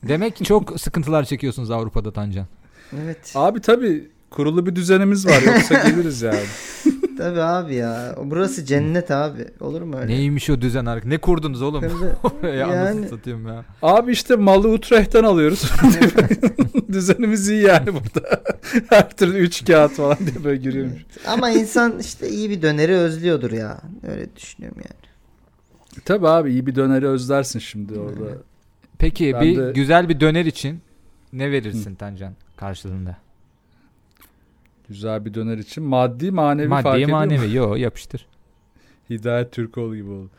Demek ki çok sıkıntılar çekiyorsunuz Avrupa'da Tancan. Evet. Abi tabii kurulu bir düzenimiz var, yoksa geliriz yani. Tabii abi ya. Burası cennet abi. Olur mu öyle? Neymiş o düzen artık? Ne kurdunuz oğlum? Oraya Yani- anasını satayım ya. Abi işte malı Utrecht'ten alıyoruz. Düzenimiz iyi yani burada. Her türlü 3 kağıt falan diye böyle giriyormuş. Ama insan işte iyi bir döneri özlüyordur ya. Öyle düşünüyorum yani. Tabii abi, iyi bir döneri özlersin şimdi orada. Peki Ben bir de- güzel bir döner için ne verirsin Tancan karşılığında? Güzel bir döner için maddi manevi fark Maddi ediyor mu? manevi. Yo, yapıştır. Hidayet Türkoğlu gibi oldu.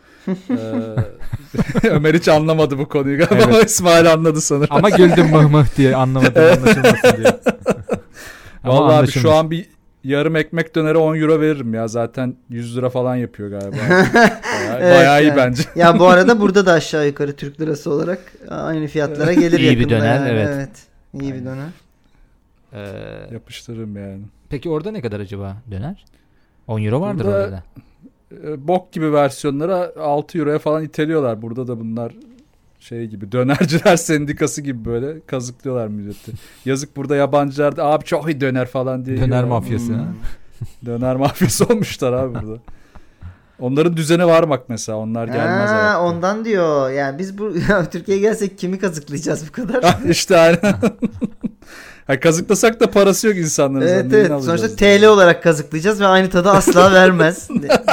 Ömer hiç anlamadı bu konuyu galiba, Evet. ama İsmail anladı sanırım. Ama güldüm mıh mıh diye, anlamadım, anlaşılmasın diye. Ama Vallahi abi anlaşılmış. şu an bir yarım ekmek döneri 10 euro veririm ya. Zaten 100 lira falan yapıyor galiba. Bayağı iyi yani. bence. Ya bu arada burada da aşağı yukarı Türk lirası olarak aynı fiyatlara gelir İyi bir yakında döner, yani. evet. İyi bir döner. Yapıştırırım yani. Peki orada ne kadar acaba döner? 10 euro vardır Burada- orada da. Bok gibi versiyonlara 6 euroya falan iteliyorlar. Burada da bunlar şey gibi, dönerciler sendikası gibi böyle kazıklıyorlar milleti. Yazık, burada yabancılar da abi çok iyi döner falan diye. Döner yiyorlar. mafyası. Ha? Döner mafyası olmuşlar abi burada. Onların düzeni var bak mesela, onlar gelmez. hayatta. Ondan diyor. Yani biz bu Türkiye'ye gelsek kimi kazıklayacağız bu kadar? İşte aynen. Ha, kazıklasak da parası yok insanların. Evet Neyini evet. alacağız Sonuçta diye. TL olarak kazıklayacağız ve aynı tadı asla vermez.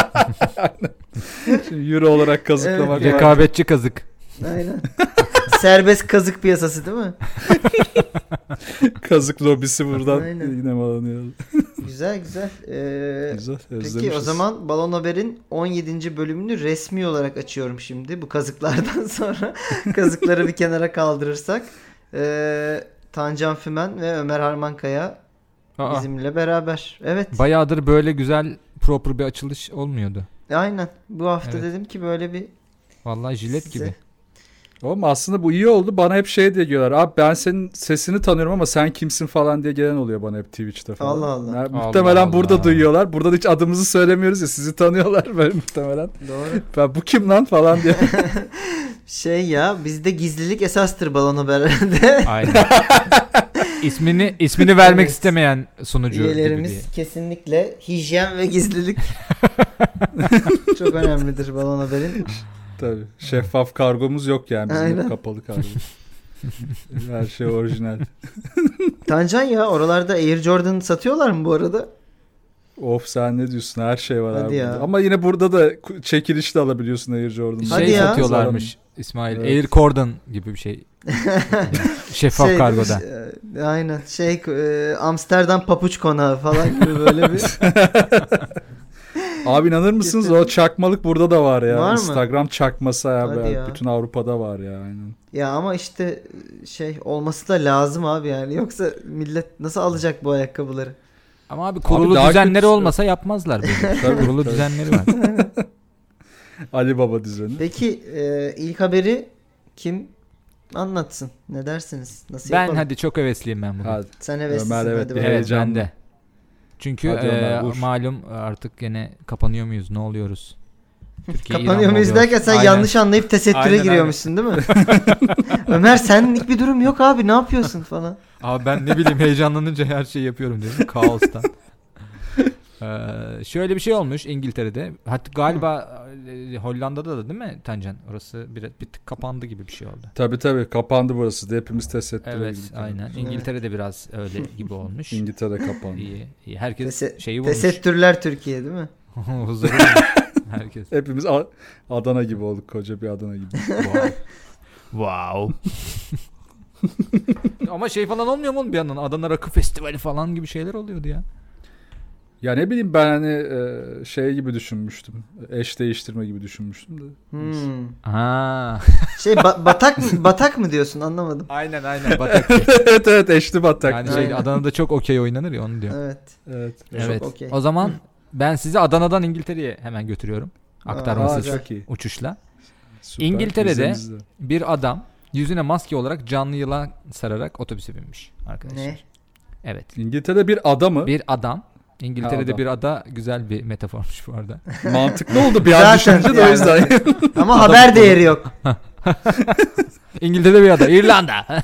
Şimdi euro olarak kazıklamak var. Rekabetçi kazık. Aynen. Serbest kazık piyasası değil mi? Kazık lobisi buradan Aynen. yine malanıyor. Güzel güzel. Güzel, Peki özlemişiz. o zaman Balon Haber'in 17. bölümünü resmi olarak açıyorum şimdi. Bu kazıklardan sonra kazıkları bir kenara kaldırırsak. Tancan Fümen ve Ömer Harmankaya Aa, bizimle beraber. Evet. bayağıdır böyle güzel proper bir açılış olmuyordu. Aynen. Bu hafta Evet. dedim ki böyle bir Vallahi jilet Size- gibi. Oğlum aslında bu iyi oldu. Bana hep şey diye diyorlar. Abi ben senin sesini tanıyorum ama sen kimsin falan diye gelen oluyor bana hep Twitch'te falan. Allah Allah. Muhtemelen Allah burada Allah. duyuyorlar. Burada da hiç adımızı söylemiyoruz ya. Sizi tanıyorlar böyle muhtemelen. doğru. Ben bu kim lan falan diye. Şey ya bizde gizlilik esastır Balon Haber'de. Aynen. ismini vermek Evet. istemeyen sunucu gibi diye. Üyelerimiz kesinlikle hijyen ve gizlilik çok önemlidir Balon Haber'in. Tabii. Şeffaf kargomuz yok yani. Bizim Aynen. hep kapalı kargo. Her şey orijinal. Tancan ya oralarda Air Jordan satıyorlar mı bu arada? Of sen ne diyorsun? Her şey var Hadi abi. ya. burada. Ama yine burada da çekilişle alabiliyorsun Air Jordan'ı. Hadi Şey ya. satıyorlarmış İsmail. Evet. Air Cordon gibi bir şey. Şeffaf Şey kargoda. demiş, aynen Amsterdam papuç konağı falan gibi böyle bir. Abi inanır mısınız? O çakmalık burada da var ya. Var mı? Instagram çakması Hadi abi. ya. Bütün Avrupa'da var ya. Aynen. Ya ama işte olması da lazım abi yani. Yoksa millet nasıl alacak bu ayakkabıları? Ama abi kurulu daha düzenleri kötüsü- olmasa yapmazlar böyle. Tabii, Kurulu tabii. düzenleri var. Ali Baba düzeni. Peki ilk haberi kim anlatsın? Ne dersiniz? Nasıl Ben yapalım? hadi çok hevesliyim ben bugün. Hadi. Sen heveslisin. Ömer, evet, hadi bir bakalım. Evet heyecanlı. ben de. Çünkü Hadi Ömer, vur. malum artık gene kapanıyor muyuz? Ne oluyoruz? Türkiye, İran Kapanıyor mı muyuz oluyor? derken sen Aynen. yanlış anlayıp tesettüre Aynen, giriyormuşsun değil mi? Ömer senlik bir durum yok abi ne yapıyorsun falan. Abi ben ne bileyim heyecanlanınca her şeyi yapıyorum diyorum. Kaostan. Şöyle bir şey olmuş İngiltere'de. Hatta galiba Hollanda'da da değil mi Tancan? Orası bir tık kapandı gibi bir şey oldu. Tabii kapandı burası da, hepimiz tesettüre Evet girdik. aynen. İngiltere'de biraz öyle gibi olmuş. İngiltere kapandı. İyi. Herkes şeyi vurmuş. Tesettürler Türkiye değil mi? Huzuru bulmuş. Herkes. Hepimiz Adana gibi olduk, koca bir Adana gibi. Wow. Ama şey falan olmuyor mu bir yandan? Adana Rakı Festivali falan gibi şeyler oluyordu ya. Ya ne bileyim ben hani şey gibi düşünmüştüm. Eş değiştirme gibi düşünmüştüm de. Ha. Batak mı diyorsun anlamadım. Aynen batak. evet eşli batak. Yani Aynen. Adana'da çok okey oynanır ya onu diyor. Evet. Evet. Çok okey. O zaman ben sizi Adana'dan İngiltere'ye hemen götürüyorum. Aktarmasız Çok iyi. uçuşla. Süper. İngiltere'de Vizemizde. bir adam yüzüne maske olarak canlı yılan sararak otobüse binmiş arkadaşlar. Ne? Evet. İngiltere'de bir ada mı? Bir adam. İngiltere'de Adam. bir ada güzel bir metaformuş bu arada. Mantıklı oldu bir an Zaten düşününce de o yani. yüzden. Ama haber değeri yok. İngiltere'de bir ada. İrlanda.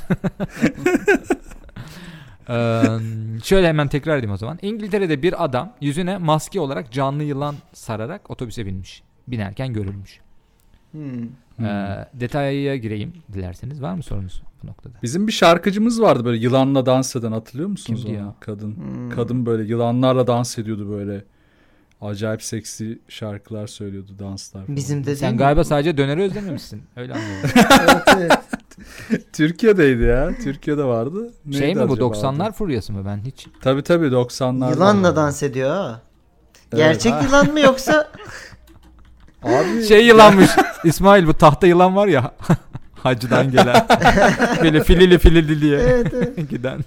Şöyle hemen tekrar edeyim o zaman. İngiltere'de bir adam yüzüne maske olarak canlı yılan sararak otobüse binmiş. Binerken görülmüş. Detaya gireyim dilerseniz. Var mı sorunuz bu noktada? Bizim bir şarkıcımız vardı böyle yılanla dans eden, hatırlıyor musunuz Kimdi onu? ya? Kadın. Kadın böyle yılanlarla dans ediyordu böyle. Acayip seksi şarkılar söylüyordu, danslar falan. Bizim de Sen galiba sadece döneri özlememişsin. Öyle anlıyorum. evet. Türkiye'deydi ya. Türkiye'de vardı. Şey Neydi mi bu acaba 90'lar adı? furyası mı? Ben hiç. Tabii 90'lar. Yılanla dans ediyor ha. Evet. Gerçek yılan mı yoksa Abi Şey yılanmış. İsmail, bu tahta yılan var ya. Hacıdan gelen. Böyle filili diye evet. giden.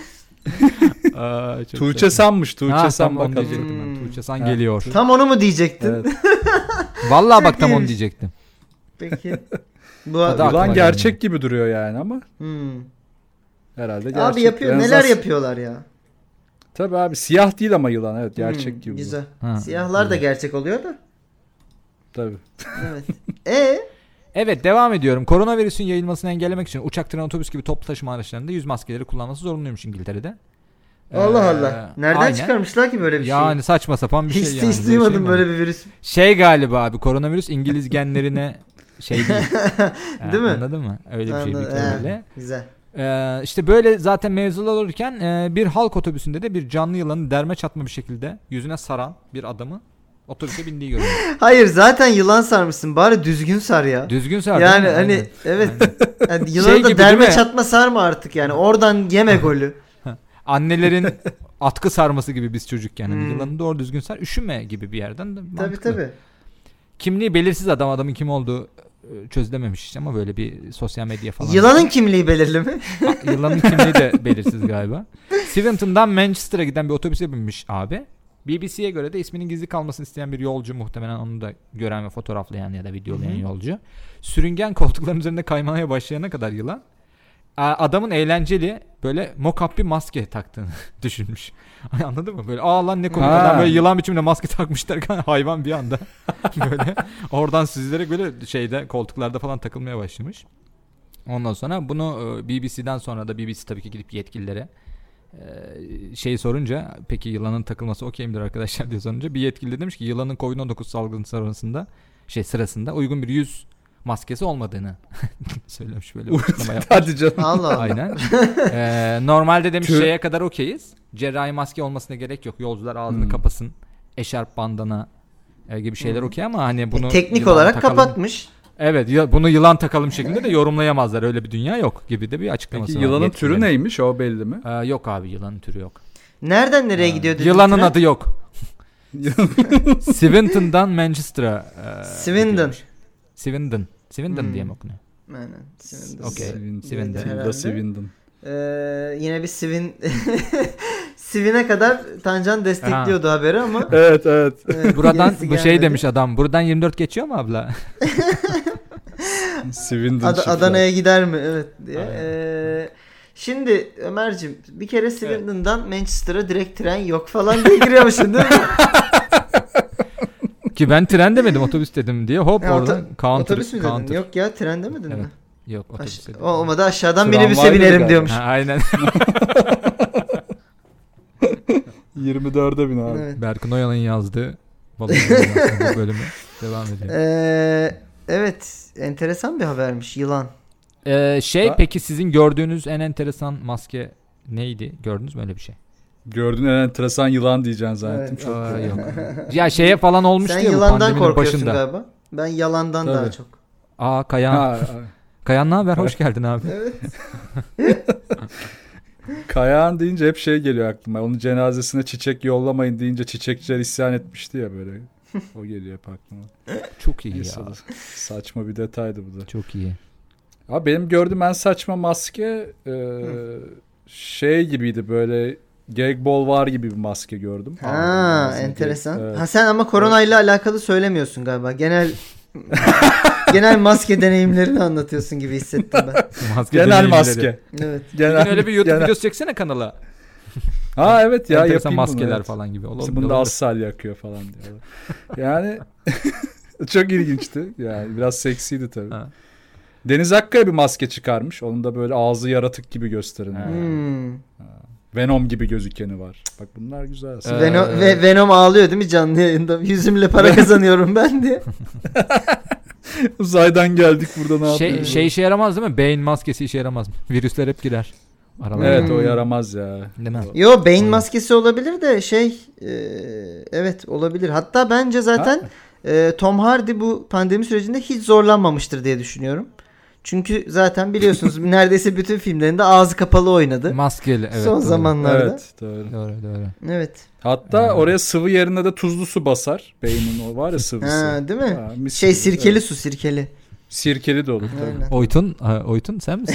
Çok Tuğçe saçma. Sanmış. Tuğçe Ha, San tam onu bakalım. diyecektim ben. Tuğçe San Ha. geliyor. tam onu mu diyecektin? Evet. Vallahi bak tam Çok onu iyi. diyecektim. Peki. Bu Tadı aklıma Yılan geldi. gerçek gibi duruyor yani ama Hmm. herhalde gerçek. Abi yapıyor. En Neler azından- yapıyorlar ya? Tabii abi siyah değil ama yılan, evet gerçek gibi. Güzel. Ha, Siyahlar da güzel. gerçek oluyor da. Tabii. Evet. Evet, devam ediyorum. Koronavirüsün yayılmasını engellemek için uçak, tren, otobüs gibi toplu taşıma araçlarında yüz maskeleri kullanması zorunluymuş İngiltere'de. Allah Allah. Nereden aynen. çıkarmışlar ki böyle bir şey? Yani saçma sapan bir şey hiç, yani. hiç Böyle duymadım şey mi böyle olur? bir virüs. Şey galiba abi, koronavirüs İngiliz genlerine şey değil. Değil mi? Anladın mı? Öyle bir şey büyük Anladım. ihtimalle. Güzel. İşte böyle zaten mevzular olurken bir halk otobüsünde de bir canlı yılanı derme çatma bir şekilde yüzüne saran bir adamı otobüse bindiği görülüyor. Hayır, zaten yılan sarmışsın. Bari düzgün sar ya. Düzgün sar. Yani değil mi? hani Aynen. evet. Aynen. Yani yılanı Şey da gibi derme değil mi? çatma sarma artık yani. Oradan yeme golü. Annelerin atkı sarması gibi biz çocukken. Hani Hmm. yılanı doğru düzgün sar. Üşüme gibi bir yerden de Tabii mantıklı. tabii. Kimliği belirsiz adamın kim olduğu çözülememiş işte ama böyle bir sosyal medya falan. Yılanın kimliği belirli mi? Yılanın kimliği de belirsiz galiba. Swinton'dan Manchester'a giden bir otobüse binmiş abi. BBC'ye göre de isminin gizli kalmasını isteyen bir yolcu, muhtemelen onu da gören ve fotoğraflayan ya da videolayan yolcu. Sürüngen koltukların üzerinde kaymaya başlayana kadar yılan adamın eğlenceli böyle mock-up bir maske taktığını düşünmüş. Anladın mı? Böyle lan ne komik, adam böyle yılan biçiminde maske takmış derken hayvan bir anda böyle oradan süzülerek böyle şeyde koltuklarda falan takılmaya başlamış. Ondan sonra bunu BBC'den sonra da BBC tabii ki gidip yetkililere şey sorunca, peki yılanın takılması okey midir arkadaşlar diye sorunca, bir yetkili demiş ki yılanın Covid-19 salgını sırasında uygun bir yüz maskesi olmadığını söylemiş, böyle bir açıklama yapmış. Hadi canım. Allah Allah. Aynen. Normalde demiş Tüh. şeye kadar okeyiz. Cerrahi maske olmasına gerek yok. Yolcular ağzını kapasın. Eşarp, bandana gibi şeyler okey ama hani bunu Teknik yılan olarak takalım. kapatmış. Evet, bunu yılan takalım şeklinde de yorumlayamazlar. Öyle bir dünya yok gibi de bir açıklaması Peki var. yılanın yetkililerin. türü neymiş, o belli mi? Yok abi, yılanın türü yok. Nereden nereye gidiyor dedin? Yılanın tren? adı yok. Swinton'dan Manchester'a. Swindon. gidiyormuş. Swindon diye mi okunuyor? Aynen. Swindon. Okey. Swindon. Swindon. Herhalde. Tilda Swindon. Yine bir Swin'e kadar Tancan destekliyordu haberi ama. Evet. Buradan gerisi bu şey gelmedi. demiş adam. Buradan 24 geçiyor mu abla? Swindon çiftler. Adana'ya gider mi? Evet diye. Şimdi Ömer'cim bir kere Swindon'dan Manchester'a direkt tren yok falan diye giriyormuşsun değil mi? Ki ben tren demedim, otobüs dedim diye hop Ya, oradan counter. Otobüs mü dedin? counter. Yok ya, tren demedin Evet. mi? Yok otobüs dedim. Olmadı, aşağıdan Tramvay minibüse dedi binerim galiba. diyormuş. Ha, aynen. 24'e bin abi. Evet. Berkun Oyan'ın yazdığı bu bölümü devam ediyor. Evet, enteresan bir habermiş, yılan. Peki sizin gördüğünüz en enteresan maske neydi? Gördünüz mü öyle bir şey? Gördüğün en enteresan yılan diyeceksin zannettim. Evet. Çok Yok. Ya şeye falan olmuştu Sen ya bu yılandan pandeminin korkuyorsun başında. galiba. Ben yalandan Tabii. daha çok. Kayan. Ha, Kayan ne haber? Hoş geldin abi. Evet. Kayağın deyince hep şey geliyor aklıma. Onun cenazesine çiçek yollamayın deyince çiçekçiler isyan etmişti ya böyle. O geliyor hep aklıma. Çok iyi Neyse, ya. saçma bir detaydı bu da. Çok iyi. Abi benim gördüğüm en saçma maske şey gibiydi, böyle gag ball var gibi bir maske gördüm. Ha, Ağzına enteresan. evet. Ha, sen ama koronayla alakalı söylemiyorsun galiba. Genel maske deneyimlerini anlatıyorsun gibi hissettim ben. Maske Genel deneyimleri. maske. Evet. Genel, Öyle bir YouTube genel- videosu çeksene kanala. Ha evet ya, Enteresan yapayım maskeler bunu, evet. falan gibi. Bunda assal yakıyor falan diyorlar. Yani çok ilginçti. Yani biraz seksiydi tabii. Ha. Deniz Akkaya bir maske çıkarmış. Onun da böyle ağzı yaratık gibi gösteriliyor. Venom gibi gözükeni var. Bak bunlar güzel. Venom ağlıyor değil mi canlı yayında? Yüzümle para kazanıyorum ben diye. Uzaydan geldik, burada ne yapıyoruz? Şey işe yaramaz değil mi? Beyin maskesi işe yaramaz mı? Virüsler hep girer. Aralarına. Evet, o yaramaz ya. Değil mi? Yo, beyin maskesi olabilir de evet olabilir. Hatta bence zaten Tom Hardy bu pandemi sürecinde hiç zorlanmamıştır diye düşünüyorum. Çünkü zaten biliyorsunuz neredeyse bütün filmlerinde ağzı kapalı oynadı. Maskeli, evet. Son zamanlarda. Evet, Doğru. Evet. Hatta oraya sıvı yerine de tuzlu su basar. Beynin o var ya, sıvısı. Ha, değil mi? Ha, Sirkeli evet. su, sirkeli. Sirkeli de olur tabii. Aynen. Oytun sen misin?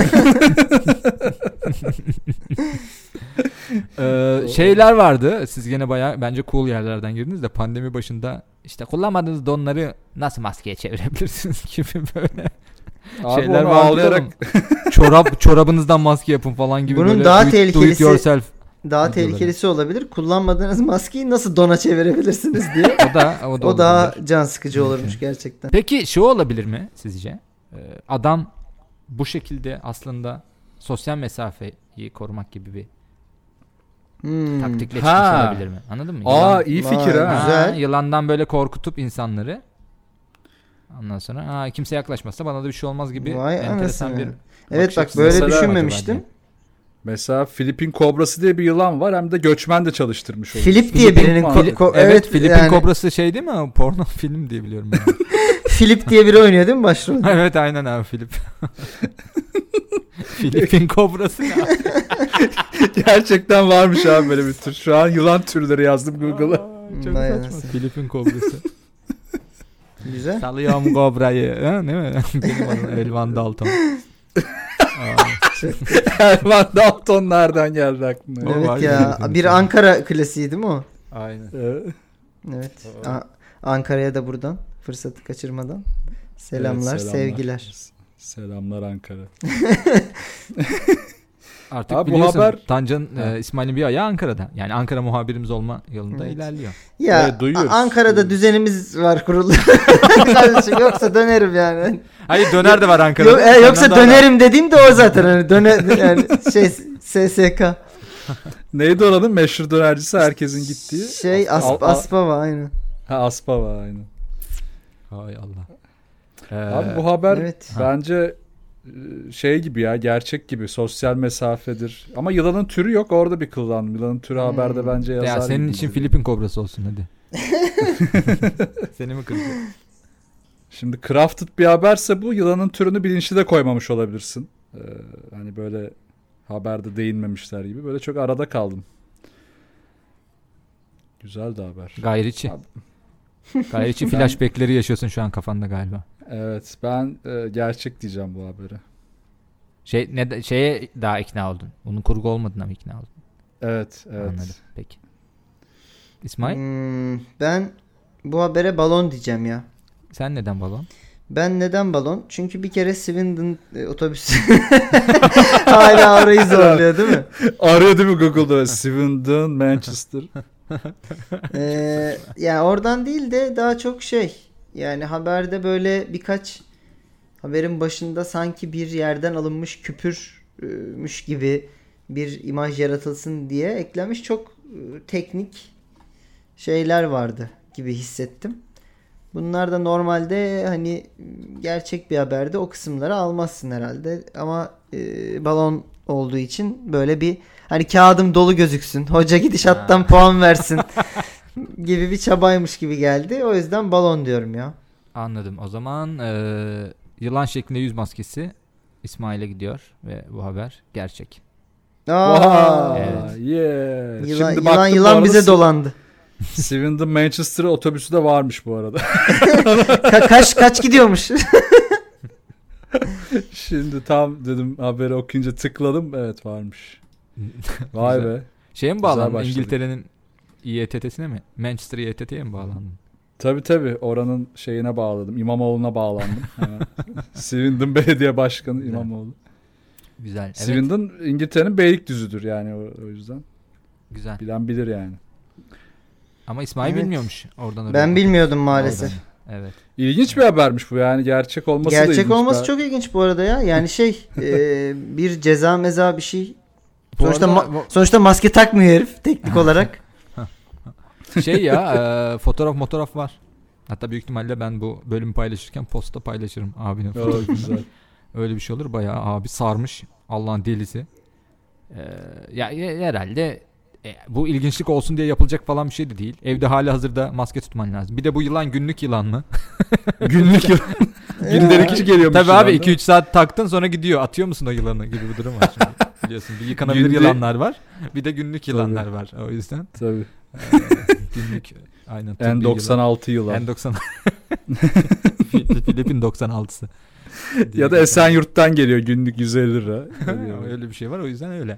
Şeyler vardı. Siz gene bayağı bence cool yerlerden girdiniz de pandemi başında işte kullanmadığınız donları nasıl maskeye çevirebilirsiniz gibi böyle Abi şeyler onu vardı. ağlayarak Çorabınızdan maske yapın falan gibi. Bunun böyle daha do it tehlikelisi yourself. daha tehlikelisi olabilir. Kullanmadığınız maskeyi nasıl dona çevirebilirsiniz diye. O daha can sıkıcı olurmuş gerçekten. Peki şu olabilir mi sizce? Adam bu şekilde aslında sosyal mesafeyi korumak gibi bir taktikle çıkmış olabilir mi? Anladın mı? İyi fikir ha. Güzel. Yılandan böyle korkutup insanları, ondan sonra kimse yaklaşmazsa bana da bir şey olmaz gibi enteresan bir evet, bak açısı. böyle Mesela düşünmemiştim. Mesela Filipin kobrası diye bir yılan var, hem de göçmen de çalıştırmış olur. Filip diye birinin evet, Filipin kobrası şey değil mi? Porno film diye biliyorum ben. Filip diye biri oynuyor değil mi başrolde? Evet, aynen abi, Filip. Filipin kobrası ne abi? Gerçekten varmış abi böyle bir tür. Şu an yılan türleri yazdım Google'a. Çok saçma. Filipin kobrası. Güzel. Salıyorum kobrayı. Ha, değil mi? Benim adım Elvan Dalton. Elvan Dalton nereden geldi aklına? Evet ya. Bir Ankara klasiği değil mi o? Aynen. Evet. Ankara'ya da buradan fırsatı kaçırmadan selamlar, sevgiler. Selamlar Ankara. Artık abi biliyorsun bu haber Tancan İsmail'in bir ayağı Ankara'da. Yani Ankara muhabirimiz olma yolunda ilerliyor. Ya Ankara'da düzenimiz var kurulu. Kardeşim, yoksa dönerim yani. Hayır, döner de var Ankara'da. Yoksa dönerim dediğim de o zaten. Hani yani SSK. Neydi oranın meşhur dönercisi herkesin gittiği? Aspava aynen. Aspava aynen. Hay Allah. Abi bu haber evet. bence şey gibi ya, gerçek gibi, sosyal mesafedir. Ama yılanın türü yok, orada bir kullandım. Yılanın türü haberde bence yazar. Ya senin için Filipin kobrası olsun hadi. Seni mi kırdı? Şimdi crafted bir haberse bu, yılanın türünü bilinçli de koymamış olabilirsin. Hani böyle haberde değinmemişler gibi. Böyle çok arada kaldım. Güzel de haber. Gayriçi. Gayriçi flashbackleri yaşıyorsun şu an kafanda galiba. Evet, ben gerçek diyeceğim bu habere. Şeye daha ikna oldun. Bunun kurgu olmadığına mı ikna oldun? Evet. Anladım. Peki. İsmail? Ben bu habere balon diyeceğim ya. Sen neden balon? Ben neden balon? Çünkü bir kere Swindon otobüsü hala orayı zorluyor değil mi? Arıyor değil mi Google'da? Swindon, Manchester. Yani oradan değil de daha çok yani haberde böyle birkaç haberin başında sanki bir yerden alınmış küpürmüş gibi bir imaj yaratılsın diye eklenmiş çok teknik şeyler vardı gibi hissettim. Bunlar da normalde hani gerçek bir haberde o kısımları almazsın herhalde. Ama balon olduğu için böyle bir hani kağıdım dolu gözüksün, hoca gidişattan puan versin gibi bir çabaymış gibi geldi. O yüzden balon diyorum ya. Anladım. O zaman yılan şeklinde yüz maskesi İsmail'e gidiyor ve bu haber gerçek. Evet. Yeah. Yılan bize dolandı. Swindon Manchester otobüsü de varmış bu arada. Kaç gidiyormuş? Şimdi tam dedim, haberi okuyunca tıkladım. Evet, varmış. Vay be. Şeye mi bağlandın? İngiltere'nin İETT'sine mi? Manchester İETT'ye mi bağlandın? Tabii oranın şeyine bağladım. İmamoğlu'na bağlandım. Swindon Belediye Başkanı İmamoğlu. Güzel. Evet. Swindon İngiltere'nin Beylikdüzü'dür yani, o yüzden. Güzel. Bilen bilir yani. Ama İsmail bilmiyormuş oradan oraya. Ben bilmiyordum maalesef. Evet. İlginç bir habermiş bu yani, gerçek olması da Gerçek ilginç. olması çok ilginç bu arada ya. Yani bir ceza meza bir şey. Bu Sonuçta arada sonuçta maske takmıyor herif teknik olarak. fotoğraf var. Hatta büyük ihtimalle ben bu bölümü paylaşırken posta paylaşırım abinin. Oo, güzel. Öyle bir şey olur. Bayağı abi sarmış. Allah'ın delisi. Ya herhalde bu ilginçlik olsun diye yapılacak falan bir şey de değil. Evde hali hazırda maske tutman lazım. Bir de bu yılan günlük yılan mı? Günlük yılan. Gündelikçi geliyormuş. Tabii abi yılan, 2-3 saat taktın sonra gidiyor. Atıyor musun o yılanı gibi bir durum var şimdi. Biliyorsun bir yıkanabilir yılanlar var. Bir de günlük yılanlar var. O yüzden. Tabii. Günlük aynen. N96 yılan. N90 Filipin 96'sı. Ya da Esenyurt'tan geliyor günlük 150 lira. Öyle bir şey var, o yüzden öyle.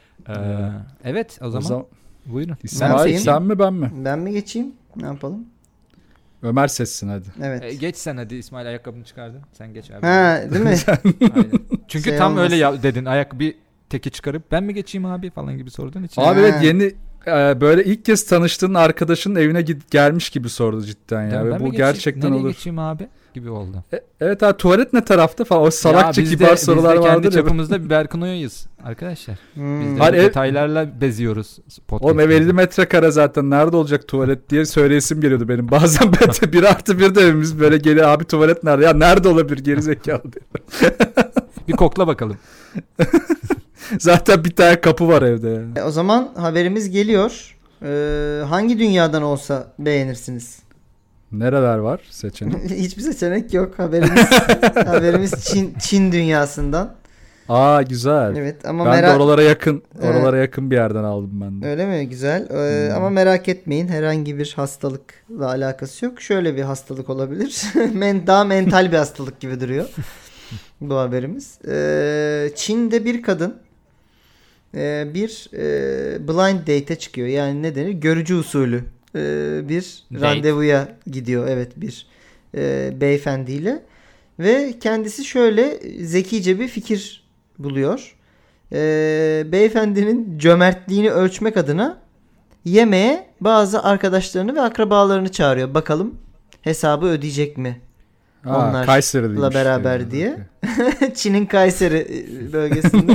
Evet o zaman buyurun. İsmail sen mi ben mi? Ben mi geçeyim? Ne yapalım? Ömer seçsin hadi. Evet. Geç sen hadi, İsmail ayakkabını çıkardı. Sen geç abi. Ha, değil mi? Aynen. Çünkü Şey tam olmasın. öyle dedin. Bir teki çıkarıp ben mi geçeyim abi falan gibi sorduğun için. Abi evet, yeni böyle ilk kez tanıştığın arkadaşının evine gelmiş gibi sordu cidden ya. Ve bu gerçekten nereye olur. geçeyim abi gibi oldu. Evet abi, tuvalet ne tarafta falan, o salakça kibar sorular vardır ya. Biz de kendi ya. çapımızda bir Berkun Oya'yız arkadaşlar. Biz de Hayır, detaylarla beziyoruz podcast'ı. Oğlum ev 50 metrekare zaten, nerede olacak tuvalet diye söyleyesim geliyordu benim. Bazen ben de 1+1 de evimiz böyle geliyor, abi tuvalet nerede? Ya nerede olabilir gerizekalı diyor. Bir kokla bakalım. Zaten bir tane kapı var evde yani. O zaman haberimiz geliyor. Hangi dünyadan olsa beğenirsiniz? Nereler var seçenek? Hiçbir seçenek yok. Haberimiz Çin dünyasından. Aa güzel. Evet ama Ben de oralara yakın bir yerden aldım ben de. Öyle mi? Güzel. Ama merak etmeyin, herhangi bir hastalıkla alakası yok. Şöyle bir hastalık olabilir. Daha mental bir hastalık gibi duruyor bu haberimiz. Çin'de bir kadın bir blind date'e çıkıyor. Yani ne denir? Görücü usulü bir randevuya gidiyor. Evet, bir beyefendiyle. Ve kendisi şöyle zekice bir fikir buluyor. Beyefendinin cömertliğini ölçmek adına yemeğe bazı arkadaşlarını ve akrabalarını çağırıyor. Bakalım hesabı ödeyecek mi? Onlarla beraber diye. Çin'in Kayseri bölgesinde.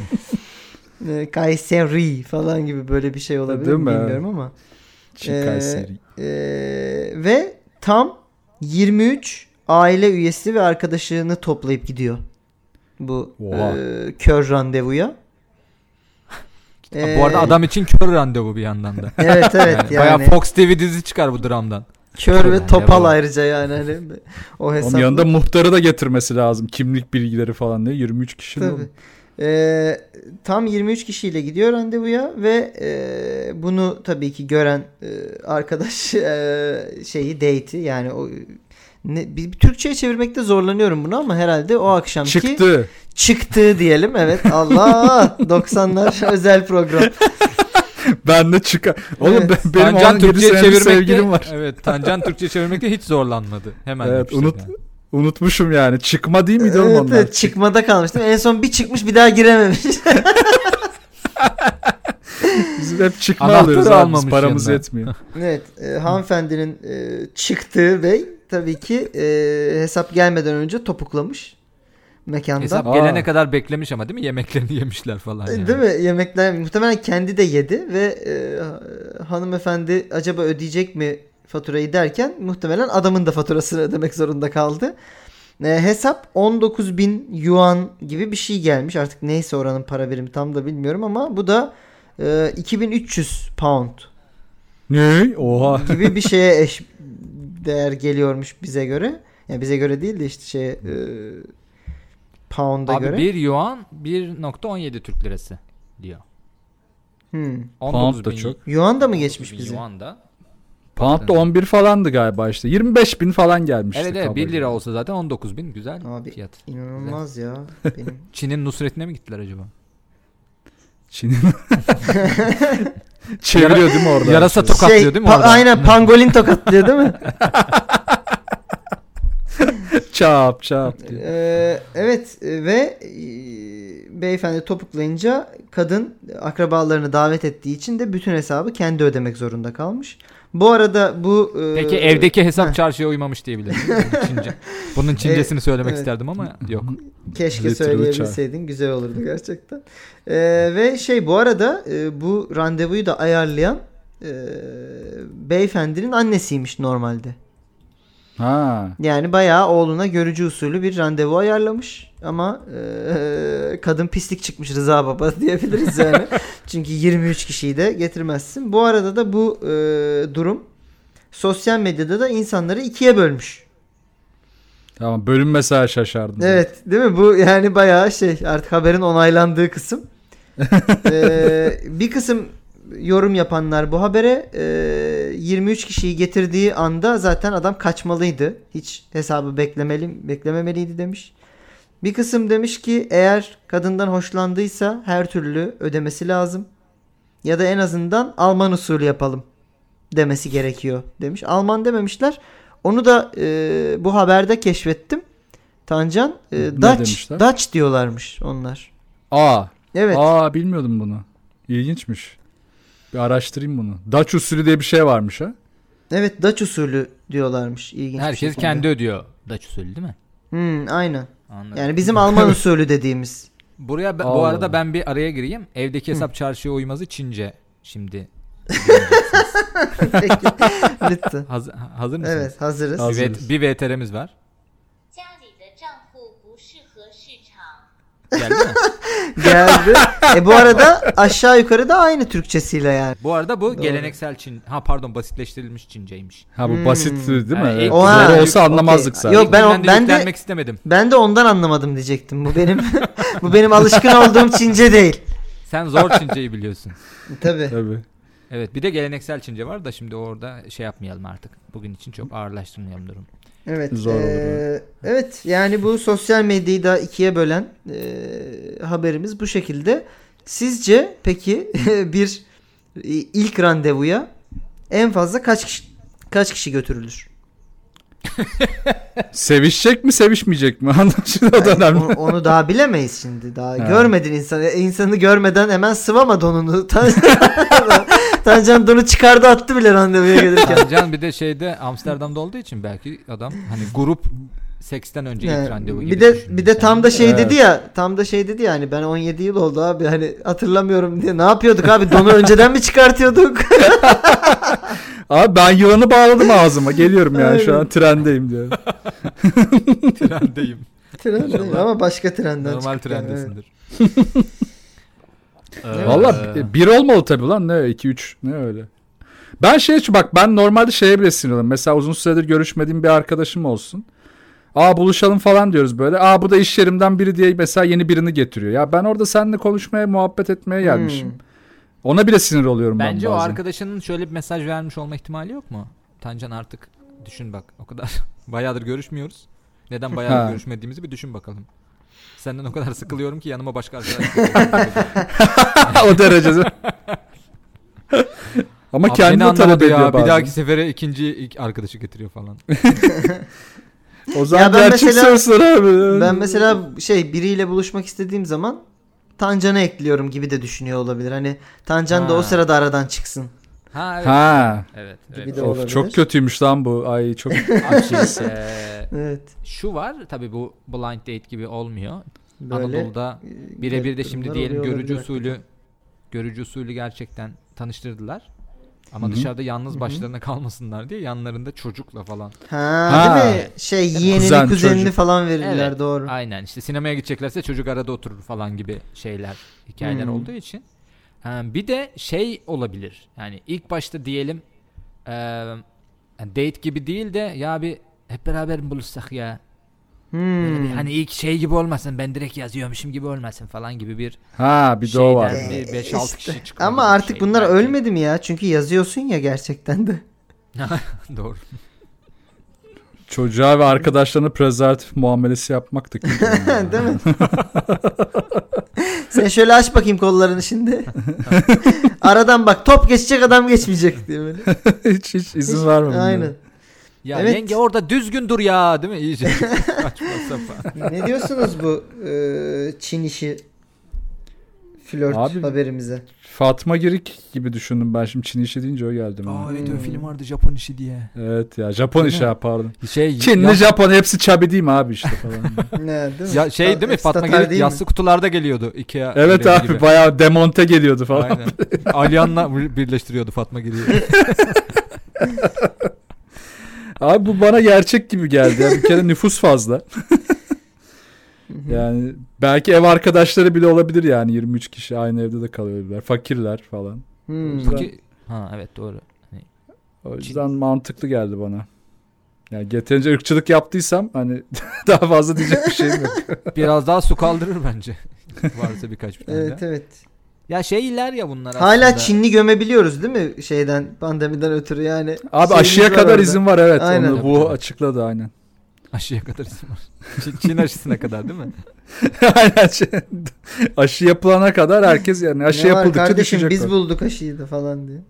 Kayseri falan gibi böyle bir şey olabilir mi bilmiyorum ama. Çin Kayseri. Ve tam 23 aile üyesi ve arkadaşını toplayıp gidiyor bu kör randevuya. Bu arada adam için kör randevu bir yandan da. Evet yani. Bayağı Fox TV dizi çıkar bu dramdan. Kör ve topal ayrıca yani hani o hesapla. Onun yanında muhtarı da getirmesi lazım. Kimlik bilgileri falan diye. 23 kişi. Tam 23 kişiyle gidiyor randevuya ve bunu tabii ki gören arkadaş date'i yani o bir Türkçe'ye çevirmekte zorlanıyorum bunu ama herhalde o akşamki çıktı diyelim. Evet, Allah 90'lar özel program. Ben de çıkar. Oğlum evet. benim Tancan Türkçe'ye sevgilim var. Evet, Tancan Türkçe'ye çevirmekte hiç zorlanmadı. Hemen evet, unutmuşum yani. Çıkma değil miydi oğlum onlar? Evet, çıkmada kalmıştım. En son bir çıkmış, bir daha girememiş. Biz hep çıkma alıyoruz abi. Biz paramız yetmiyor. Evet, hanımefendinin çıktığı bey tabii ki hesap gelmeden önce topuklamış mekanda. Hesap gelene kadar beklemiş ama değil mi? Yemeklerini yemişler falan yani. Değil mi? Yemekler muhtemelen kendi de yedi ve hanımefendi acaba ödeyecek mi faturayı derken muhtemelen adamın da faturasını ödemek zorunda kaldı. Hesap 19.000 yuan gibi bir şey gelmiş. Artık neyse oranın para birimi tam da bilmiyorum ama bu da 2300 pound. Ne? Oha. Gibi bir şeye eş değer geliyormuş bize göre. Yani bize göre değil de işte pound'a göre. Abi 1 yuan 1.17 Türk lirası diyor. Pound da çok. Yuan da mı geçmiş bize? Yuan da. Pound da 11 falandı galiba işte. 25.000 falan gelmişti. Evet 1 lira olsa zaten 19.000 güzel abi, fiyat. İnanılmaz güzel. Ya. Benim... Çin'in Nusret'ine mi gittiler acaba? Çin'in çeviriyor değil mi orada? Yarasa tokatlıyor değil mi orada? Aynen, pangolin tokatlıyor değil mi? Çap diyor. Evet ve beyefendi topuklayınca kadın akrabalarını davet ettiği için de bütün hesabı kendi ödemek zorunda kalmış. Bu arada bu Peki evdeki hesap çarşıya uymamış diyebilirim. Bunun Çincesini söylemek isterdim ama yok. Keşke söyleyebilseydin. Güzel olurdu gerçekten. Ve bu arada bu randevuyu da ayarlayan beyefendinin annesiymiş normalde. Ha. Yani bayağı oğluna görücü usulü bir randevu ayarlamış. Ama kadın pislik çıkmış Rıza Baba diyebiliriz yani. Çünkü 23 kişiyi de getirmezsin. Bu arada da bu durum sosyal medyada da insanları ikiye bölmüş. Tamam, bölüm mesela şaşardım. Evet, değil mi? Bu yani bayağı artık haberin onaylandığı kısım. Bir kısım yorum yapanlar bu habere 23 kişiyi getirdiği anda zaten adam kaçmalıydı. Hiç hesabı beklememeliydi demiş. Bir kısım demiş ki eğer kadından hoşlandıysa her türlü ödemesi lazım. Ya da en azından Alman usulü yapalım demesi gerekiyor demiş. Alman dememişler. Onu da bu haberde keşfettim. Tancan Dutch diyorlarmış onlar. Evet. Bilmiyordum bunu. İlginçmiş. Bir araştırayım bunu. Dutch usulü diye bir şey varmış ha. Evet, Dutch usulü diyorlarmış. İlginç. Herkes kendi ödüyor Dutch usulü değil mi? Aynen. Anladım. Yani bizim Alman usulü dediğimiz. Buraya bu arada ben bir araya gireyim. Evdeki hesap çarşıya uymazı Çince şimdi. Peki. Lütfen. Hazır mısınız? Evet, hazırız. Bir VTR'miz var. Geldi mi? Geldi. Bu arada aşağı yukarı da aynı Türkçesiyle yani. Bu arada bu geleneksel Çin. Basitleştirilmiş Çinceymiş. Bu basit değil mi? Yani Zor olsa anlamazdık zaten. Yok ben de istemedim. Ben de ondan anlamadım diyecektim. Bu benim alışkın olduğum Çince değil. Sen zor Çinceyi biliyorsun. Tabii. Evet, bir de geleneksel Çince var da şimdi orada yapmayalım artık. Bugün için çok ağırlaştırmayalım durum. Evet. Zor olur. Evet, yani bu sosyal medyayı da ikiye bölen haberimiz bu şekilde. Sizce peki bir ilk randevuya en fazla kaç kişi götürülür? Sevişecek mi sevişmeyecek mi? O da önemli. Onu daha bilemeyiz şimdi. Daha görmedin insanı. İnsanı görmeden hemen sıvama donunu. Tancan donu çıkardı attı bile randevuya gelirken. Tancan bir de Amsterdam'da olduğu için belki adam hani grup seksten önce ilk randevu gibi. Bir de tam da dedi ya. Tam da dedi ya hani ben 17 yıl oldu abi hani hatırlamıyorum diye. Ne yapıyorduk abi? Donu önceden mi çıkartıyorduk? Abi ben yılanı bağladım ağzıma. Geliyorum yani şu an trendeyim diyor. Trendeyim ama başka trenden normal çıktık. trendesindir. Valla bir olmalı tabii lan. Ne 2-3 ne öyle. Ben ben normalde şeye bile sinirliyim. Mesela uzun süredir görüşmediğim bir arkadaşım olsun. Buluşalım falan diyoruz böyle. Bu da iş yerimden biri diye mesela yeni birini getiriyor. Ya ben orada seninle konuşmaya, muhabbet etmeye gelmişim. Ona bile sinir oluyorum ben bazen. Bence o arkadaşının şöyle bir mesaj vermiş olma ihtimali yok mu? Tancan artık düşün bak o kadar bayağıdır görüşmüyoruz. Neden bayağıdır görüşmediğimizi bir düşün bakalım. Senden o kadar sıkılıyorum ki yanıma başka arkadaş o derecede. Ama abi kendi talep ediyor ya. bazen. Bir dahaki sefere ilk arkadaşı getiriyor falan. O zaman gerçek sorusun abi. Ben mesela biriyle buluşmak istediğim zaman Tancan'ı ekliyorum gibi de düşünüyor olabilir. Hani Tancan da o sırada aradan çıksın. Evet. Gibi de of, çok kötüymüş lan bu. Ay çok. Evet. Şu var tabii bu blind date gibi olmuyor. Böyle Anadolu'da birebir de şimdi diyelim görücü usulü gerçekten tanıştırdılar. Ama dışarıda yalnız başlarına kalmasınlar diye yanlarında çocukla falan. Değil mi? Yeğenini, kuzenini çocuk falan verirler, doğru. Aynen işte sinemaya gideceklerse çocuk arada oturur falan gibi hikayeler olduğu için. Bir de olabilir. Yani ilk başta diyelim date gibi değil de ya bir hep beraber mi buluşsak ya? Böyle bir, hani ilk gibi olmasın ben direkt yazıyormuşum gibi olmasın falan gibi bir bir de o var. 5-6 kişi çıkıyor. Ama artık bunlar ölmedi mi ya? Çünkü yazıyorsun ya gerçekten de. Doğru. Çocuğa ve arkadaşlarına prezervatif muamelesi yapmak da kötü. Değil mi? Sen şöyle aç bakayım kollarını şimdi. Aradan bak top geçecek adam geçmeyecek diye böyle. hiç izin vermem. Aynen. Ya yenge orada düzgün dur ya değil mi? İyice. Ne diyorsunuz bu Çin işi flört Abi- haberimize. Fatma Girik gibi düşündüm ben şimdi Çin işi deyince o geldi bana. Aa evet, öyle film vardı Japon işi diye. Evet ya Japon Değil işi mi? ha, pardon. Ya, Japon hepsi çabi değil mi abi işte falan. Ne değil mi? ya şey değil mi? Fatma Statar Girik değil mi? yassı kutularda geliyordu. Ikea Evet ürünü abi gibi. bayağı demonte geliyordu falan. Aynen. Alyan'la birleştiriyordu Fatma Girik'i. Abi bu bana gerçek gibi geldi. Ya. Bir kere nüfus fazla. Yani belki ev arkadaşları bile olabilir yani 23 kişi aynı evde de kalıyorlar. Fakirler falan. Peki, ha evet doğru. O yüzden mantıklı geldi bana. Yani yeterince ırkçılık yaptıysam hani daha fazla diyecek bir şeyim yok. Biraz daha su kaldırır bence. Varsa birkaç bir tane Evet daha. evet. Ya şeyler ya bunlar Hala aslında. Çinli gömebiliyoruz değil mi şeyden, pandemiden ötürü yani. Abi Şeyimiz aşıya var kadar orada. izin var evet. Aynen. Onu bu açıkladı aynen. Aşıya kadar isim var. Çin aşısına kadar değil mi? Aynen. Aşı yapılana kadar herkes yani aşı Ne var yapıldıkça kardeşim düşecek. biz o. bulduk aşıyı da falan diye.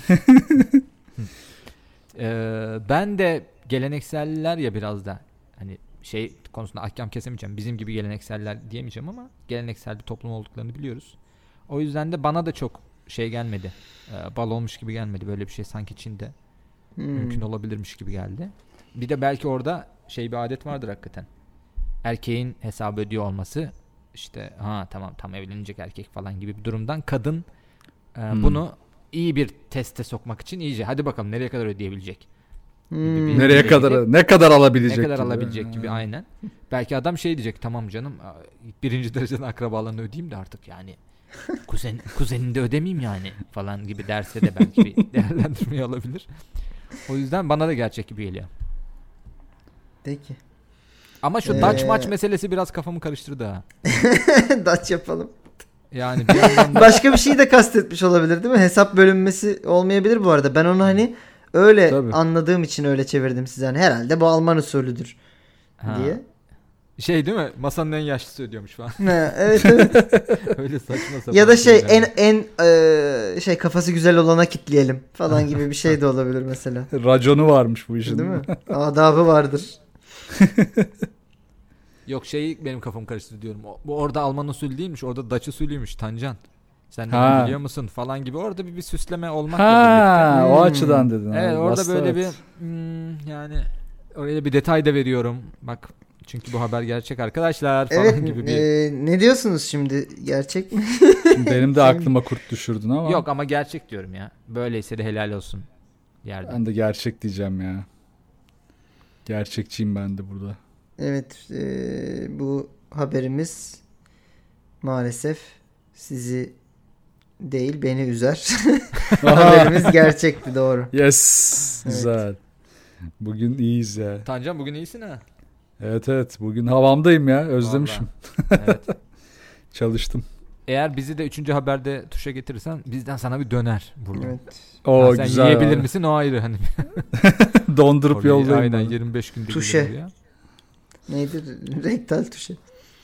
Ben de gelenekseller ya biraz da hani şey konusunda ahkam kesemeyeceğim. Bizim gibi gelenekseller diyemeyeceğim ama geleneksel bir toplum olduklarını biliyoruz. O yüzden de bana da çok şey gelmedi. Bal olmuş gibi gelmedi. Böyle bir şey sanki Çin'de mümkün olabilirmiş gibi geldi. Bir de belki orada şey bir adet vardır hakikaten. Erkeğin hesabı ödüyor olması işte ha tamam tam evlenecek erkek falan gibi bir durumdan kadın bunu iyi bir teste sokmak için iyice hadi bakalım nereye kadar ödeyebilecek. Nereye Gibi kadar gidip, ne kadar alabilecek ne kadar gibi. alabilecek gibi aynen. Belki adam şey diyecek tamam canım birinci dereceden akrabalarını ödeyeyim de artık yani kuzenini de ödemeyeyim yani falan gibi derse de belki bir değerlendirmeyi alabilir. O yüzden bana da gerçek gibi geliyor. Peki. Ama şu Dutch maç meselesi biraz kafamı karıştırdı ha. Dutch yapalım. Yani bir yandan da... Başka bir şey de kastetmiş olabilir değil mi? Hesap bölünmesi olmayabilir bu arada. Ben onu hani öyle Tabii. anladığım için öyle çevirdim size. Hani herhalde bu Alman usulüdür diye. Şey değil mi? Masanın en yaşlısı ödüyormuş falan. Ha, evet evet. Öyle saçma sapan. Ya da şey şeyler. şey kafası güzel olana kitleyelim falan gibi bir şey de olabilir mesela. Raconu varmış bu işin. Değil mi? Adabı vardır. Yok şey benim kafamı karıştırdı diyorum. Bu orada Alman usulü değilmiş. Orada Dutch usulüymüş Tancan. Sen de bunu biliyor musun falan gibi. Orada bir süsleme olmakla birlikte. O açıdan dedin. Evet abi. orada Aslında böyle evet. bir yani oraya bir detay da veriyorum. Bak çünkü bu haber gerçek arkadaşlar falan Evet gibi bir. ne diyorsunuz şimdi? Gerçek mi? Benim de aklıma kurt düşürdün ama. Yok ama gerçek diyorum ya. Böyleyse de helal olsun. Yerde. Ben de gerçek diyeceğim ya. Gerçekçiyim ben de burada. Evet bu haberimiz maalesef sizi değil beni üzer. Haberimiz gerçekti doğru. Yes. Evet. Güzel. Bugün iyiyiz ya. Tancan bugün iyisin ha. Evet. Bugün havamdayım ya. Özlemişim. Evet. Çalıştım. Eğer bizi de 3. haberde tuşa getirirsen bizden sana bir döner burada. Evet. O Sen güzel. yiyebilir abi. misin o ayrı hani. Dondurup Orayı yollayayım. aynen bana. 25 günde Tuşe. gelir buraya. Neydi? Rektal tuşu.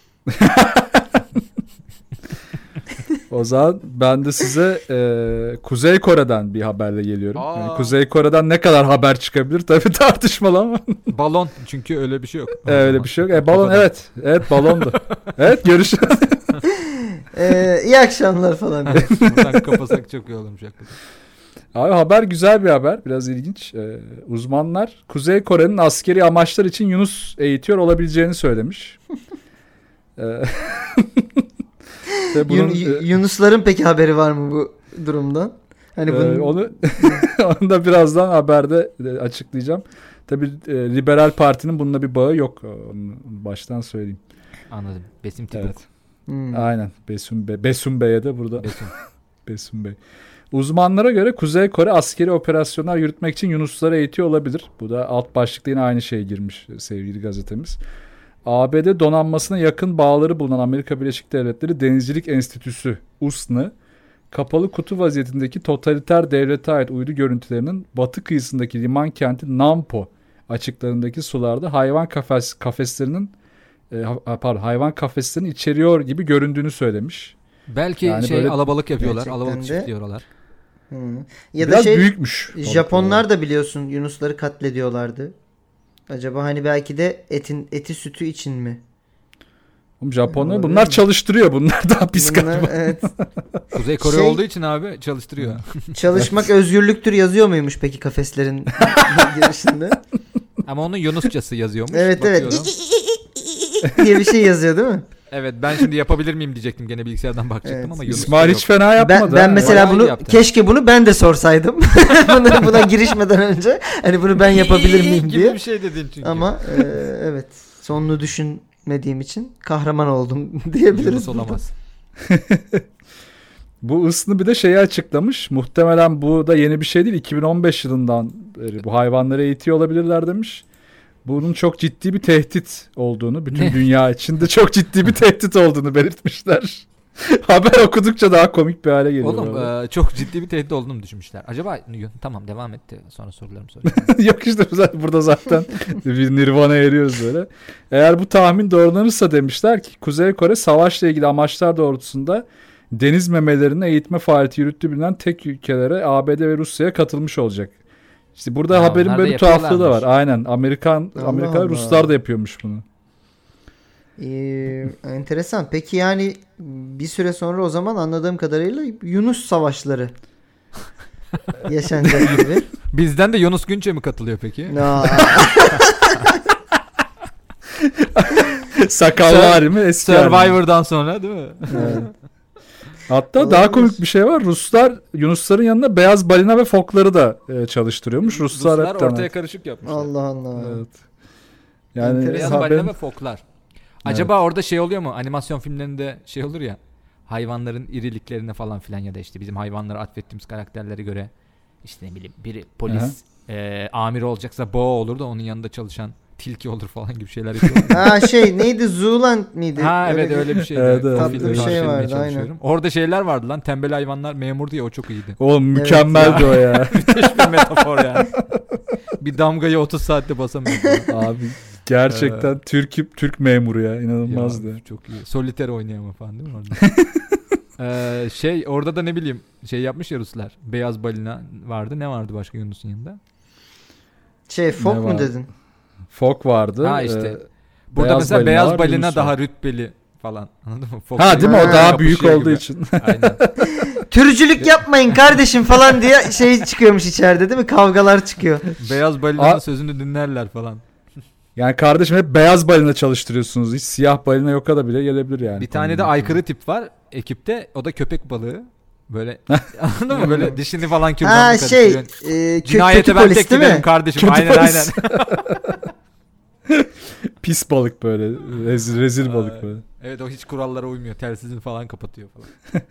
O zaman ben de size Kuzey Kore'den bir haberle geliyorum. Aa. Yani Kuzey Kore'den ne kadar haber çıkabilir tabii tartışmalı ama. Balon çünkü öyle bir şey yok. Öyle bir şey yok. Balon Kafadan. evet. Evet balondu. Evet görüşürüz. İyi akşamlar falan. Buradan kapasak çok iyi olurmuş hakikaten. Abi haber güzel bir haber. Biraz ilginç. Uzmanlar Kuzey Kore'nin askeri amaçlar için Yunus eğitiyor olabileceğini söylemiş. Ve bunun, Yunusların peki haberi var mı bu durumdan? Hani bunun... onu da birazdan haberde açıklayacağım. Tabii Liberal Parti'nin bununla bir bağı yok. Onu baştan söyleyeyim. Anladım. Besim tipi. Evet. Aynen. Besun Bey'e de burada. Besim. Besun Bey. Uzmanlara göre Kuzey Kore askeri operasyonlar yürütmek için Yunusları eğitiyor olabilir. Bu da alt başlıkta yine aynı şeye girmiş sevgili gazetemiz. ABD donanmasına yakın bağları bulunan Amerika Birleşik Devletleri Denizcilik Enstitüsü USN'ı kapalı kutu vaziyetindeki totaliter devlete ait uydu görüntülerinin batı kıyısındaki liman kenti Nampo açıklarındaki sularda hayvan kafeslerinin içeriyor gibi göründüğünü söylemiş. Belki Yani şey böyle alabalık yapıyorlar. gerçekten Alabalık de- çiftliyorlar. Ya da biraz şey büyükmüş. Japonlar da biliyorsun Yunusları katlediyorlardı. Acaba hani belki de eti sütü için mi? Oğlum Japonlar Olabilir bunlar mi? çalıştırıyor. Bunlar daha pis Bunlar, galiba. evet. Kuzey Kore Şey- olduğu için abi çalıştırıyor. Çalışmak özgürlüktür yazıyor muymuş peki kafeslerin girişinde? Ama onun Yunusçası yazıyormuş. Evet evet. Bakıyorum. diye bir şey yazıyor değil mi? Evet, ben şimdi yapabilir miyim diyecektim, gene bilgisayardan bakacaktım Evet. ama Yunusça İsmail yok. hiç fena yapmadı. Ben ha. mesela Bayağı bunu yaptın. keşke bunu ben de sorsaydım. Buna girişmeden önce hani bunu ben yapabilir miyim gibi diye. bir şey dedin çünkü. Ama evet, sonunu düşünmediğim için kahraman oldum diyebiliriz. Yunus burada. olamaz. Bu ısını bir de şeyi açıklamış. Muhtemelen bu da yeni bir şey değil. 2015 yılından beri bu hayvanları eğitiyor olabilirler demiş. Bunun çok ciddi bir tehdit olduğunu, bütün Ne? dünya içinde çok ciddi bir tehdit olduğunu belirtmişler. Haber okudukça daha komik bir hale geliyor. Oğlum böyle. çok ciddi bir tehdit olduğunu düşünmüşler. Acaba tamam, devam etti. Sonra sorularımı sorayım. Yok işte burada zaten bir nirvana eriyoruz böyle. Eğer bu tahmin doğrulanırsa demişler ki Kuzey Kore savaşla ilgili amaçlar doğrultusunda deniz memelerini eğitme faaliyeti yürüttüğü bilinen tek ülkelere ABD ve Rusya'ya katılmış olacak. İşte burada Ha, haberin onlar böyle da bir tuhaflığı da var. yapıyorlarmış. Aynen. Amerika Allah. Ruslar da yapıyormuş bunu. Enteresan. Peki yani bir süre sonra o zaman anladığım kadarıyla Yunus savaşları yaşanacak gibi. Bizden de Yunus Günçe mi katılıyor peki? Aa, Sakallı halimi eski halimi. Survivor'dan sonra değil mi? Evet. Hatta Olabilir. daha komik bir şey var. Ruslar Yunusların yanına beyaz balina ve fokları da çalıştırıyormuş. Ruslar hep ortaya temel. karışık yapmışlar. Allah Allah. Evet. Yani Enteresan. Beyaz haberin- balina ve foklar. Acaba orada şey oluyor mu? Animasyon filmlerinde şey olur ya. Hayvanların iriliklerine falan filan ya da işte bizim hayvanlara atfettiğimiz karakterlere göre işte ne bileyim biri polis amir olacaksa boğa olur da onun yanında çalışan tilki olur falan gibi şeyler yapıyor. Ha şey neydi? Zooland miydi? Ha evet, öyle bir şeydi. Evet, O evet. filmi Tatlı bir tarif şey etmeye vardı, çalışıyorum. Orada şeyler vardı lan. Tembel hayvanlar memur diye, o çok iyiydi. O mükemmeldi o ya. Müthiş bir metafor yani. Bir damgayı 30 saatte basamıyordu. Abi gerçekten Türk memuru ya, inanılmazdı. Ya, çok iyi. Solitaire oynayamam falan değil mi orada? Orada da ne bileyim şey yapmış ya Ruslar. Beyaz balina vardı. Ne vardı başka Yunus'un yanında? Fok Ne mu var? dedin? Fok vardı. Ha işte. Burada mesela beyaz balina daha rütbeli falan. Anladın mı? Fox Ha değil mi? O Ha, daha büyük yapışıyor olduğu gibi. için. Aynen. Türcülük yapmayın kardeşim falan diye şey çıkıyormuş içeride değil mi? Kavgalar çıkıyor. Beyaz balinanın sözünü dinlerler falan. Yani kardeşim hep beyaz balina çalıştırıyorsunuz. Hiç siyah balina yoka da bile gelebilir yani. Bir tane de aykırı tip var ekipte. O da köpek balığı. Böyle anladın mı? Böyle dişini falan Ha kürdanla şey karıştırıyor. kötü Cinayete ben polis tek değil giderim mi? kardeşim. Kötü Aynen polis. aynen. Pis balık böyle. Rezil balık böyle. Evet, o hiç kurallara uymuyor. Telsizini falan kapatıyor falan.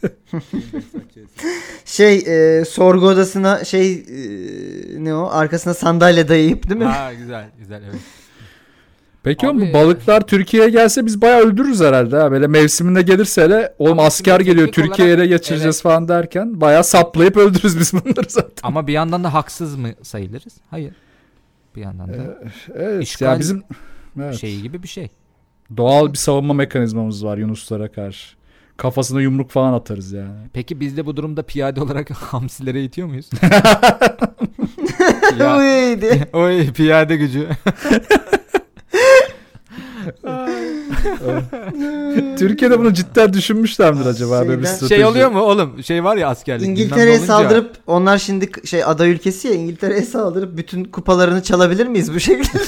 Sorgu odasına ne o? Arkasına sandalye dayayıp değil mi? Ha güzel güzel evet. Peki Abi- oğlum bu balıklar Türkiye'ye gelse biz bayağı öldürürüz herhalde ha. Böyle mevsiminde gelirse hele oğlum Ama asker şimdi geliyor teknik Türkiye'ye ele olarak- geçireceğiz evet. falan derken bayağı saplayıp öldürürüz biz bunları zaten. Ama bir yandan da haksız mı sayılırız? Hayır. Bir yandan da Evet İşgal ya bizim şey gibi bir şey. doğal bir savunma mekanizmamız var Yunuslara karşı. Kafasına yumruk falan atarız yani. Peki biz de bu durumda piyade olarak hamsilere itiyor muyuz? Uyuydu. Oy piyade gücü. Türkiye'de bunu cidden düşünmüşlerdir acaba? Böyle bir Şeyden- strateji. Şey oluyor mu oğlum? Şey var ya askerlik. bilmem ne İngiltere'ye olunca- saldırıp onlar şimdi aday ülkesi ya, İngiltere'ye saldırıp bütün kupalarını çalabilir miyiz bu şekilde?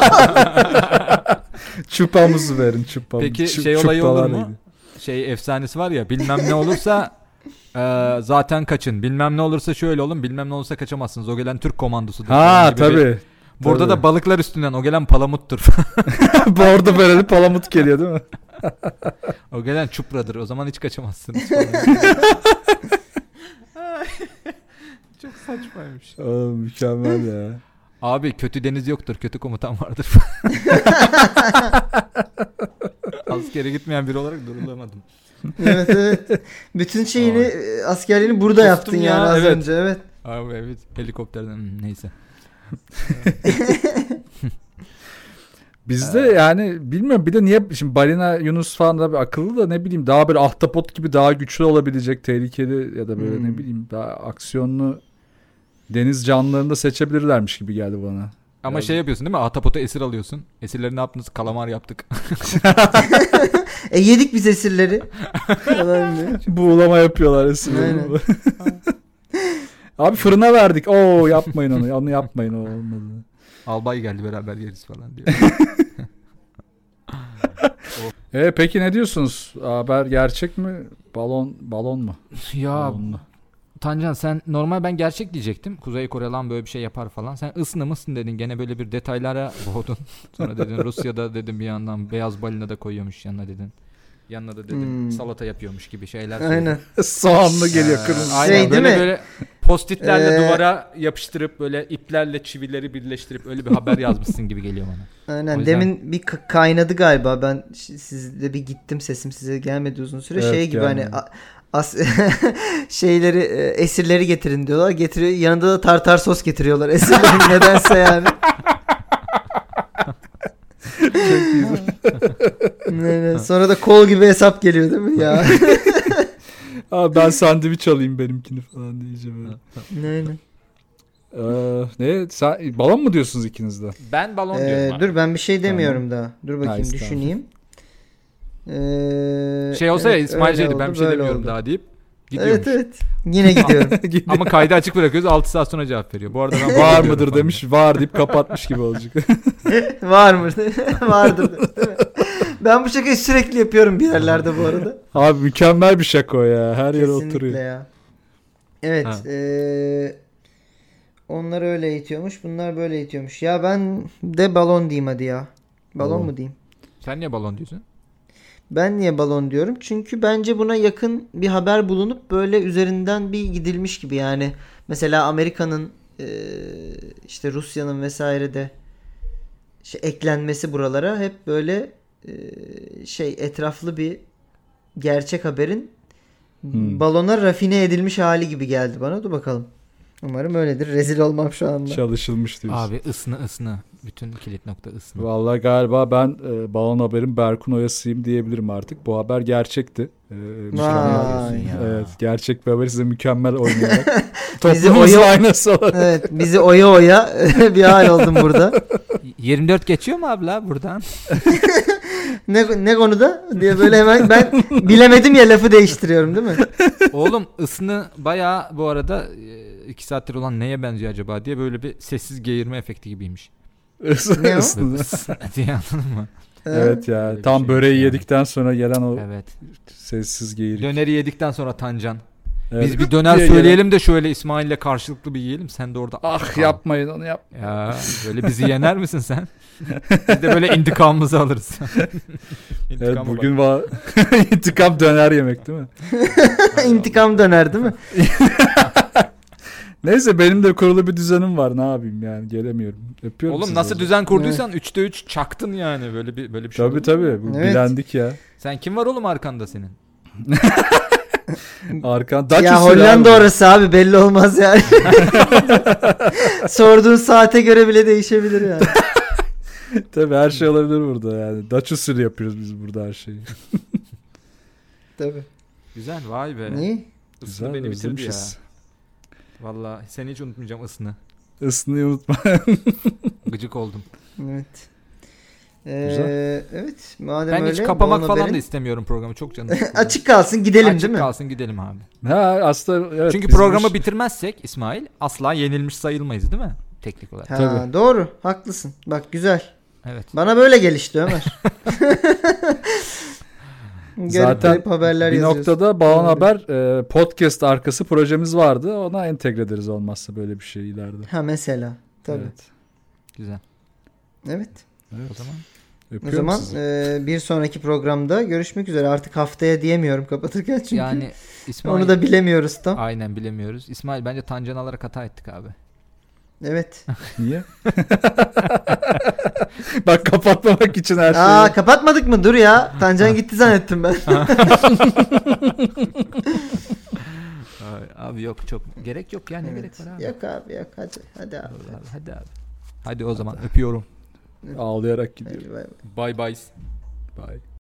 Çupamızı verin çupamızı. Peki şey olayı olur çupalar mu? neydi? Şey efsanesi var ya, bilmem ne olursa zaten kaçın. Bilmem ne olursa şöyle olun. Bilmem ne olursa kaçamazsınız. O gelen Türk komandosudur. Ha falan gibi bir- tabii. Burada Tabii. da balıklar üstünden o gelen palamuttur. Bordo bereli palamut geliyor değil mi? O gelen çupradır. O zaman hiç kaçamazsınız. falan. Çok saçmaymış. Aa, mükemmel ya. Abi kötü deniz yoktur. Kötü komutan vardır. Askere gitmeyen biri olarak durulamadım. Evet evet. Bütün şeyini askerliğini burada Sustum yaptın ya, yani az evet. önce, evet. Abi evet, helikopterden neyse. Bizde yani bilmiyorum bir de niye şimdi balina Yunus falan da bir akıllı da ne bileyim daha böyle ahtapot gibi daha güçlü olabilecek tehlikeli ya da böyle ne bileyim daha aksiyonlu deniz canlılarını da seçebilirlermiş gibi geldi bana. Ama Biraz- şey yapıyorsun değil mi? Ahtapotu esir alıyorsun. Esirleri ne yaptınız? Kalamar yaptık. Yedik biz esirleri. Falan diye. Buğulama yapıyorlar esirleri. Aynen. Abi fırına verdik. Oo yapmayın onu. Onu yapmayın, o olmadı. Albay geldi, beraber yeriz falan diyor. Peki ne diyorsunuz? Haber gerçek mi? Balon mu? Ya Balonlu. Tancan, sen normal ben gerçek diyecektim. Kuzey Kore lan böyle bir şey yapar falan. Sen ısını mısın dedin. Gene böyle bir detaylara boğdun. Sonra dedin Rusya'da dedin bir yandan beyaz balina da koyuyormuş yanına dedin. Yanına da dedin salata yapıyormuş gibi şeyler söyledin. Aynen. Soğanlı geliyor kırmızı. Aynen Şey, değil böyle mi? böyle postitlerle Ee, duvara yapıştırıp böyle iplerle çivileri birleştirip öyle bir haber yazmışsın gibi geliyor bana. O Aynen. yüzden- Demin bir kaynadı galiba. Ben sizde bir gittim, sesim size gelmedi uzun süre. Evet, şey gibi gelmedi. hani şeyleri esirleri getirin diyorlar. Getiriyor. Yanında da tartar sos getiriyorlar esirlerin nedense yani. Aynen. Sonra da kol gibi hesap geliyor değil mi ya? Abi ben sandviç alayım benimkini falan diyeceğim. Aynen. Ne? Sen, balon mu diyorsunuz ikiniz de? Ben balon diyorum abi. Dur ben bir şey demiyorum daha. Dur bakayım Nice, düşüneyim. Şey olsa ya Evet, İsmail öyle şeydi, ben oldu, bir şey böyle demiyorum oldu. daha deyip gidiyormuş. Evet. Yine gidiyorum. Ama kaydı açık bırakıyoruz, 6 saat sonra cevap veriyor. Bu arada ben Var balon mıdır diyorum demiş. Var deyip kapatmış gibi olacak. Var mı? Vardır değil mi? Ben bu şakayı sürekli yapıyorum bir yerlerde bu arada. Abi mükemmel bir şaka o ya. Her yere Kesinlikle oturuyor. ya. Evet. Ha. Onlar öyle eğitiyormuş. Bunlar böyle eğitiyormuş. Ya ben de balon diyeyim hadi ya. Balon Balon. mu diyeyim? Sen niye balon diyorsun? Ben niye balon diyorum? Çünkü bence buna yakın bir haber bulunup böyle üzerinden bir gidilmiş gibi yani. Mesela Amerika'nın işte Rusya'nın vesaire de eklenmesi buralara hep böyle etraflı bir gerçek haberin balona rafine edilmiş hali gibi geldi bana. Dur bakalım. Umarım öyledir. Rezil olmam şu anda. Çalışılmış diyorsun. Abi ısını. Bütün kilit nokta ısını. Vallahi galiba ben balon haberin Berkun Oyası'yım diyebilirim artık. Bu haber gerçekti. Vay. Evet, gerçek bir haber, size mükemmel oynayarak. Bizi Toplumumuzun oya- aynası olarak. Evet, bizi oya bir hal oldum burada. 24 geçiyor mu abla buradan? Ne konuda diye böyle hemen ben bilemedim ya lafı değiştiriyorum değil mi? Oğlum ısını bayağı bu arada 2 saattir olan neye benziyor acaba diye böyle bir sessiz geğirme efekti gibiymiş. Ne o? Isını. diye, anladın mı? Evet ya, Öyle bir tam şeymiş böreği yani. yedikten sonra gelen o Evet. sessiz geyirik. Döneri yedikten sonra Tancan. Evet. Biz bir döner Diye söyleyelim de şöyle İsmail'le karşılıklı bir yiyelim. Sen de orada Ah yapmayın onu yap. Ya böyle bizi yener misin sen? Biz de böyle intikamımızı alırız. Evet, İntikama bugün var. İntikam döner yemek değil mi? İntikam döner değil mi? Neyse, benim de kurulu bir düzenim var, ne yapayım yani, gelemiyorum. Öpüyorum Oğlum sizi nasıl o zaman. düzen kurduysan 3'te 3 çaktın yani, böyle bir şey. olur Tabii mu? tabii, bu Evet. bilendik ya. Sen kim var oğlum arkanda senin? Arkan Dutch Ya usulü Hollanda abi. orası abi belli olmaz yani. Sorduğun saate göre bile değişebilir yani. Tabii her şey olabilir burada yani. Dutch usulü yapıyoruz biz burada her şeyi. Tabii. Güzel, vay be. Niye? Isını Güzel, beni bitirdi ya. özlemişiz. Vallahi seni hiç unutmayacağım ısını. Isınıyı unutma. Gıcık oldum. Evet. Güzel. Evet. Madem Ben öyle. hiç kapamak balon falan haberin- da istemiyorum programı. Çok canım sıkıldı. Açık kalsın gidelim Açık değil mi? kalsın gidelim abi. Ha aslında evet. Çünkü bizim programı iş- bitirmezsek İsmail asla yenilmiş sayılmayız değil mi? Teknik olarak. Ha, Tabii. doğru. Haklısın. Bak güzel. Evet. Bana böyle gelişti Ömer. Zaten garip haberler bir yazıyorsun. noktada Balon Öyle. Haber podcast arkası projemiz vardı. Ona entegre ederiz olmazsa böyle bir şey ileride. Ha mesela. Tabii. Evet. Güzel. Evet. O zaman O Öpüyorum zaman sizi. bir sonraki programda görüşmek üzere. Artık haftaya diyemiyorum kapatırken çünkü. yani İsmail Onu da bilemiyoruz tam. aynen bilemiyoruz. İsmail bence Tancan alarak hata ettik abi. Evet. Niye? Bak, kapatmamak için her şeyi. Aa kapatmadık mı? Dur ya. Tancan gitti zannettim ben. Abi yok, çok gerek yok yani, Evet. gerek var abi. Yok abi yok. Hadi abi. Hadi abi. Hadi o zaman öpüyorum. Ağlayarak gidiyor. Hadi bay bay. Bye bye. Bye.